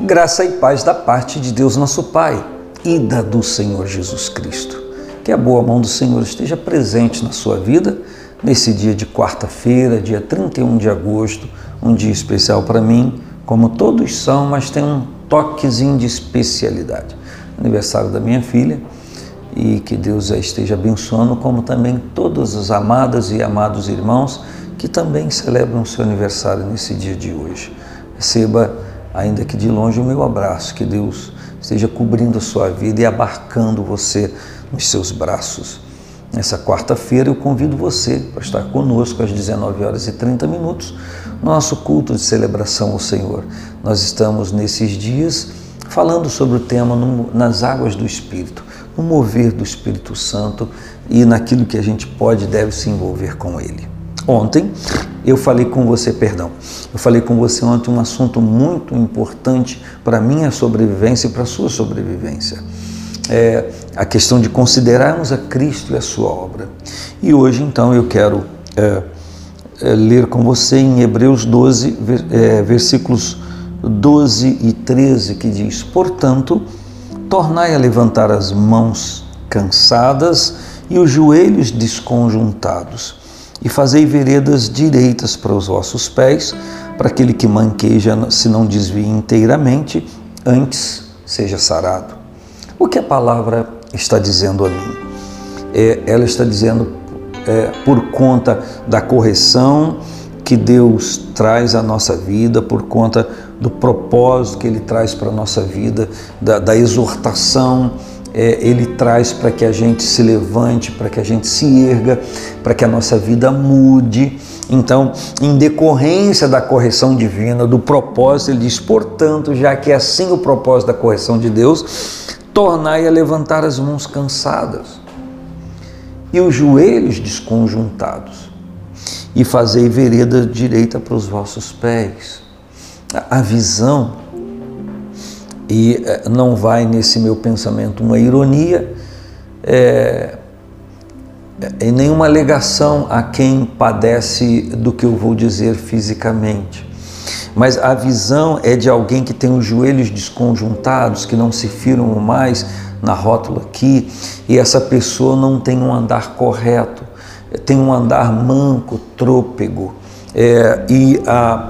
Graça e paz da parte de Deus nosso Pai e da do Senhor Jesus Cristo. Que a boa mão do Senhor esteja presente na sua vida nesse dia de quarta-feira, dia 31 de agosto, um dia especial para mim, como todos são, mas tem um toquezinho de especialidade. Aniversário da minha filha, e que Deus a esteja abençoando, como também todas as amadas e amados irmãos que também celebram o seu aniversário nesse dia de hoje. Receba, ainda que de longe, o meu abraço, que Deus esteja cobrindo a sua vida e abarcando você nos seus braços. Nessa quarta-feira eu convido você para estar conosco às 19h30, nosso culto de celebração ao Senhor. Nós estamos nesses dias falando sobre o tema nas águas do Espírito, no mover do Espírito Santo e naquilo que a gente pode e deve se envolver com Ele. Ontem eu falei com você ontem um assunto muito importante para a minha sobrevivência e para a sua sobrevivência. A questão de considerarmos a Cristo e a sua obra. E hoje, então, eu quero ler com você em Hebreus 12, versículos 12 e 13, que diz: portanto, tornai a levantar as mãos cansadas e os joelhos desconjuntados, e fazei veredas direitas para os vossos pés, para aquele que manqueja se não desvie inteiramente, antes seja sarado. O que a palavra está dizendo a mim? Ela está dizendo por conta da correção que Deus traz à nossa vida, por conta do propósito que Ele traz para a nossa vida, da exortação, Ele traz para que a gente se levante, para que a gente se erga, para que a nossa vida mude. Então, em decorrência da correção divina, do propósito, Ele diz: portanto, já que é assim o propósito da correção de Deus, tornai a levantar as mãos cansadas e os joelhos desconjuntados, e fazei vereda direita para os vossos pés. A visão, e não vai nesse meu pensamento uma ironia, e nenhuma alegação a quem padece do que eu vou dizer fisicamente, mas a visão é de alguém que tem os joelhos desconjuntados, que não se firmam mais na rótula aqui, e essa pessoa não tem um andar correto, tem um andar manco, trôpego, e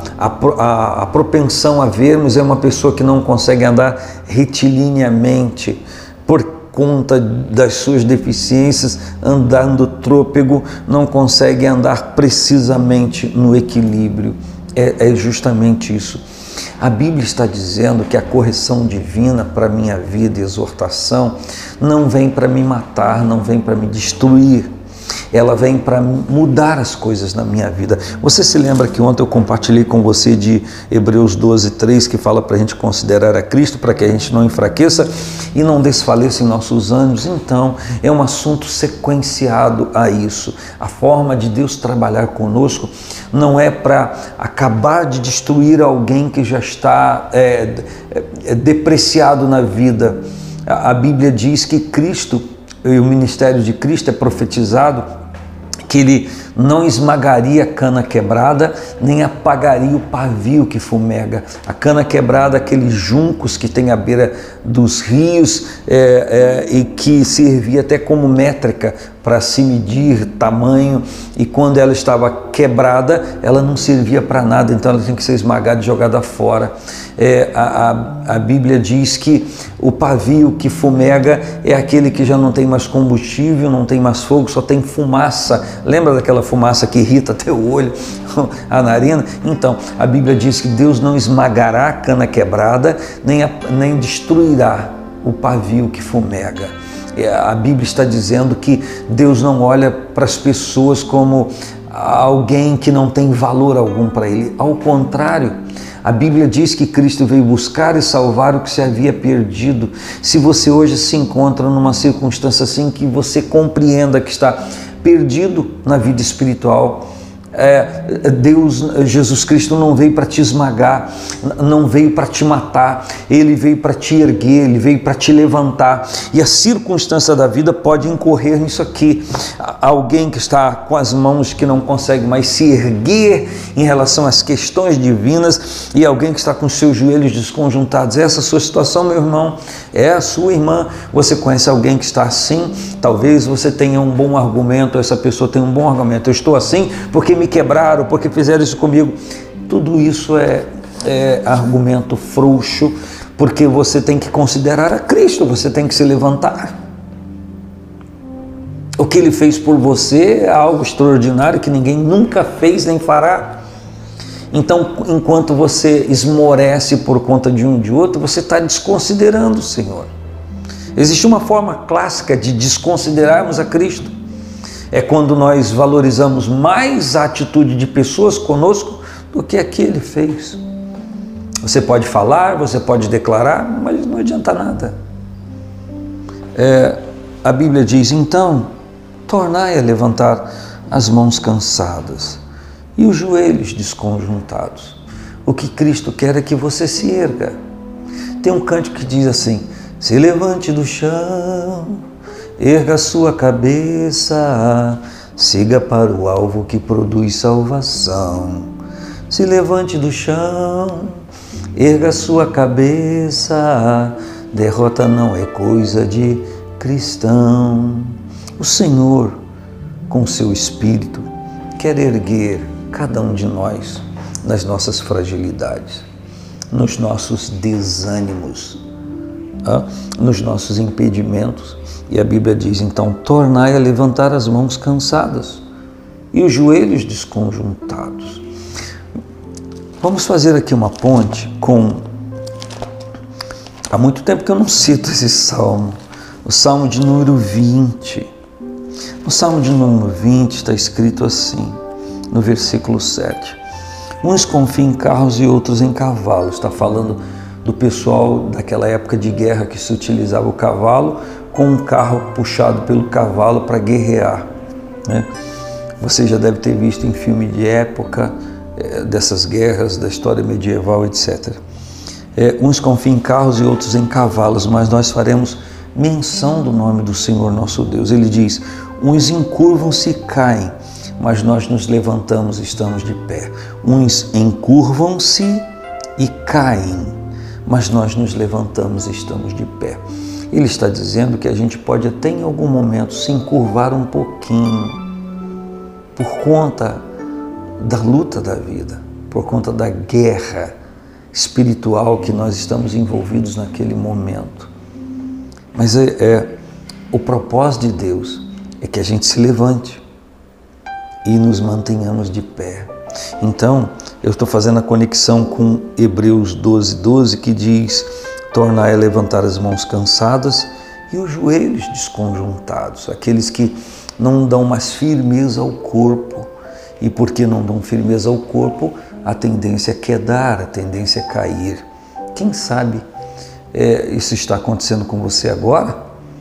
a propensão a vermos é uma pessoa que não consegue andar retilineamente, por conta das suas deficiências, andando trôpego, não consegue andar precisamente no equilíbrio. É justamente isso. A Bíblia está dizendo que a correção divina para a minha vida e exortação não vem para me matar, não vem para me destruir. Ela vem para mudar as coisas na minha vida. Você se lembra que ontem eu compartilhei com você de Hebreus 12, 3, que fala para a gente considerar a Cristo, para que a gente não enfraqueça e não desfaleça em nossos ânimos? Então, é um assunto sequenciado a isso. A forma de Deus trabalhar conosco não é para acabar de destruir alguém que já está depreciado na vida. A Bíblia diz que Cristo, e o ministério de Cristo é profetizado, que Ele não esmagaria a cana quebrada, nem apagaria o pavio que fumega. A cana quebrada, aqueles juncos que tem à beira dos rios, e que servia até como métrica para se medir tamanho, e quando ela estava quebrada, ela não servia para nada, então ela tinha que ser esmagada e jogada fora. A Bíblia diz que o pavio que fumega é aquele que já não tem mais combustível, não tem mais fogo, só tem fumaça. Lembra daquela fumaça que irrita até o olho, a narina? Então, a Bíblia diz que Deus não esmagará a cana quebrada, nem destruirá o pavio que fumega. A Bíblia está dizendo que Deus não olha para as pessoas como alguém que não tem valor algum para Ele. Ao contrário, a Bíblia diz que Cristo veio buscar e salvar o que se havia perdido. Se você hoje se encontra numa circunstância assim, que você compreenda que está perdido na vida espiritual, Jesus Cristo não veio para te esmagar, não veio para te matar, Ele veio para te erguer, Ele veio para te levantar. E a circunstância da vida pode incorrer nisso aqui. Alguém que está com as mãos que não consegue mais se erguer em relação às questões divinas, e alguém que está com seus joelhos desconjuntados. Essa é a sua situação, meu irmão, é a sua irmã. Você conhece alguém que está assim? Talvez você tenha um bom argumento, essa pessoa tem um bom argumento. Eu estou assim porque me quebraram, porque fizeram isso comigo. Tudo isso é argumento frouxo, porque você tem que considerar a Cristo, você tem que se levantar. O que Ele fez por você é algo extraordinário que ninguém nunca fez nem fará. Então, enquanto você esmorece por conta de um e de outro, você está desconsiderando o Senhor. Existe uma forma clássica de desconsiderarmos a Cristo. É quando nós valorizamos mais a atitude de pessoas conosco do que a que Ele fez. Você pode falar, você pode declarar, mas não adianta nada. A Bíblia diz, então, tornai a levantar as mãos cansadas e os joelhos desconjuntados. O que Cristo quer é que você se erga. Tem um cântico que diz assim, se levante do chão, erga sua cabeça, siga para o alvo que produz salvação. Se levante do chão, erga sua cabeça, derrota não é coisa de cristão. O Senhor, com seu Espírito, quer erguer cada um de nós nas nossas fragilidades, nos nossos desânimos, nos nossos impedimentos. E a Bíblia diz, então, tornai a levantar as mãos cansadas e os joelhos desconjuntados. Vamos fazer aqui uma ponte com... Há muito tempo que eu não cito esse salmo, o salmo de número 20. No salmo de número 20 está escrito assim, no versículo 7. Uns confiam em carros e outros em cavalos. Está falando do pessoal daquela época de guerra que se utilizava o cavalo com um carro puxado pelo cavalo para guerrear, né? Você já deve ter visto em filme de época, dessas guerras, da história medieval, etc. Uns confiam em carros e outros em cavalos, mas nós faremos menção do nome do Senhor nosso Deus. Ele diz, uns encurvam-se e caem, mas nós nos levantamos e estamos de pé. Uns encurvam-se e caem, mas nós nos levantamos e estamos de pé. Ele está dizendo que a gente pode até em algum momento se encurvar um pouquinho por conta da luta da vida, por conta da guerra espiritual que nós estamos envolvidos naquele momento. Mas o propósito de Deus é que a gente se levante e nos mantenhamos de pé. Então, eu estou fazendo a conexão com Hebreus 12:12, que diz, tornai a levantar as mãos cansadas e os joelhos desconjuntados, aqueles que não dão mais firmeza ao corpo. E porque não dão firmeza ao corpo, a tendência é quedar, a tendência é cair. Quem sabe isso está acontecendo com você agora?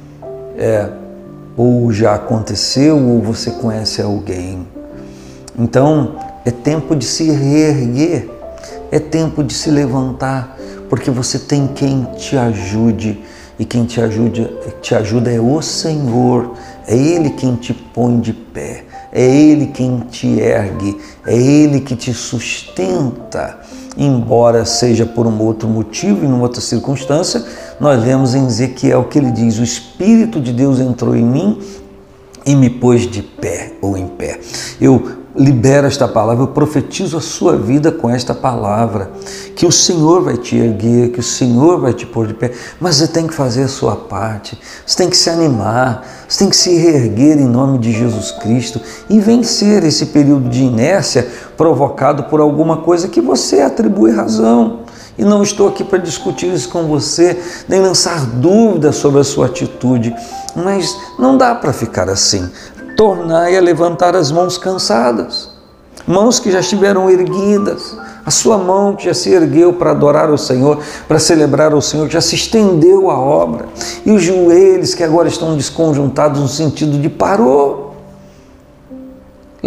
Ou já aconteceu, ou você conhece alguém. Então, é tempo de se reerguer, é tempo de se levantar, porque você tem quem te ajude, e quem te ajuda é o Senhor, é Ele quem te põe de pé, é Ele quem te ergue, é Ele que te sustenta. Embora seja por um outro motivo e numa outra circunstância, nós vemos em Ezequiel que ele diz, o Espírito de Deus entrou em mim e me pôs de pé ou em pé. Eu libero esta palavra, eu profetizo a sua vida com esta palavra, que o Senhor vai te erguer, que o Senhor vai te pôr de pé, mas você tem que fazer a sua parte, você tem que se animar, você tem que se reerguer em nome de Jesus Cristo e vencer esse período de inércia provocado por alguma coisa que você atribui razão. E não estou aqui para discutir isso com você, nem lançar dúvidas sobre a sua atitude, mas não dá para ficar assim. Tornai a levantar as mãos cansadas, mãos que já estiveram erguidas, a sua mão que já se ergueu para adorar o Senhor, para celebrar o Senhor, que já se estendeu a obra, e os joelhos que agora estão desconjuntados no sentido de parou.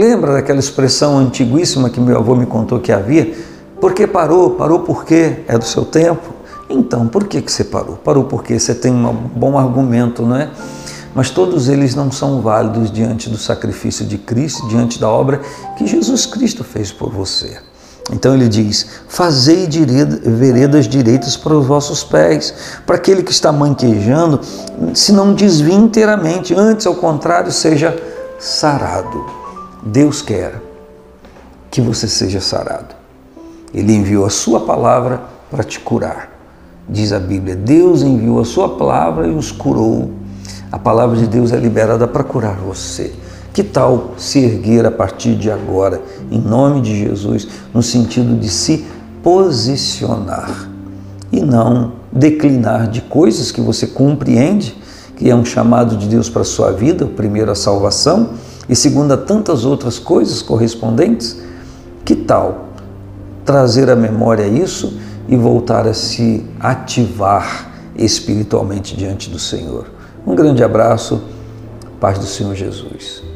Lembra daquela expressão antiguíssima que meu avô me contou que havia? Por que parou? Parou por quê? É do seu tempo? Então, por que você parou? Parou porque você tem um bom argumento, não é? Mas todos eles não são válidos diante do sacrifício de Cristo, diante da obra que Jesus Cristo fez por você. Então ele diz, fazei veredas direitas para os vossos pés, para aquele que está manquejando, se não desvie inteiramente, antes, ao contrário, seja sarado. Deus quer que você seja sarado. Ele enviou a sua palavra para te curar. Diz a Bíblia, Deus enviou a sua palavra e os curou. A palavra de Deus é liberada para curar você. Que tal se erguer a partir de agora, em nome de Jesus, no sentido de se posicionar e não declinar de coisas que você compreende, que é um chamado de Deus para a sua vida, primeiro a salvação e segundo a tantas outras coisas correspondentes? Que tal trazer à memória isso e voltar a se ativar espiritualmente diante do Senhor? Um grande abraço, paz do Senhor Jesus.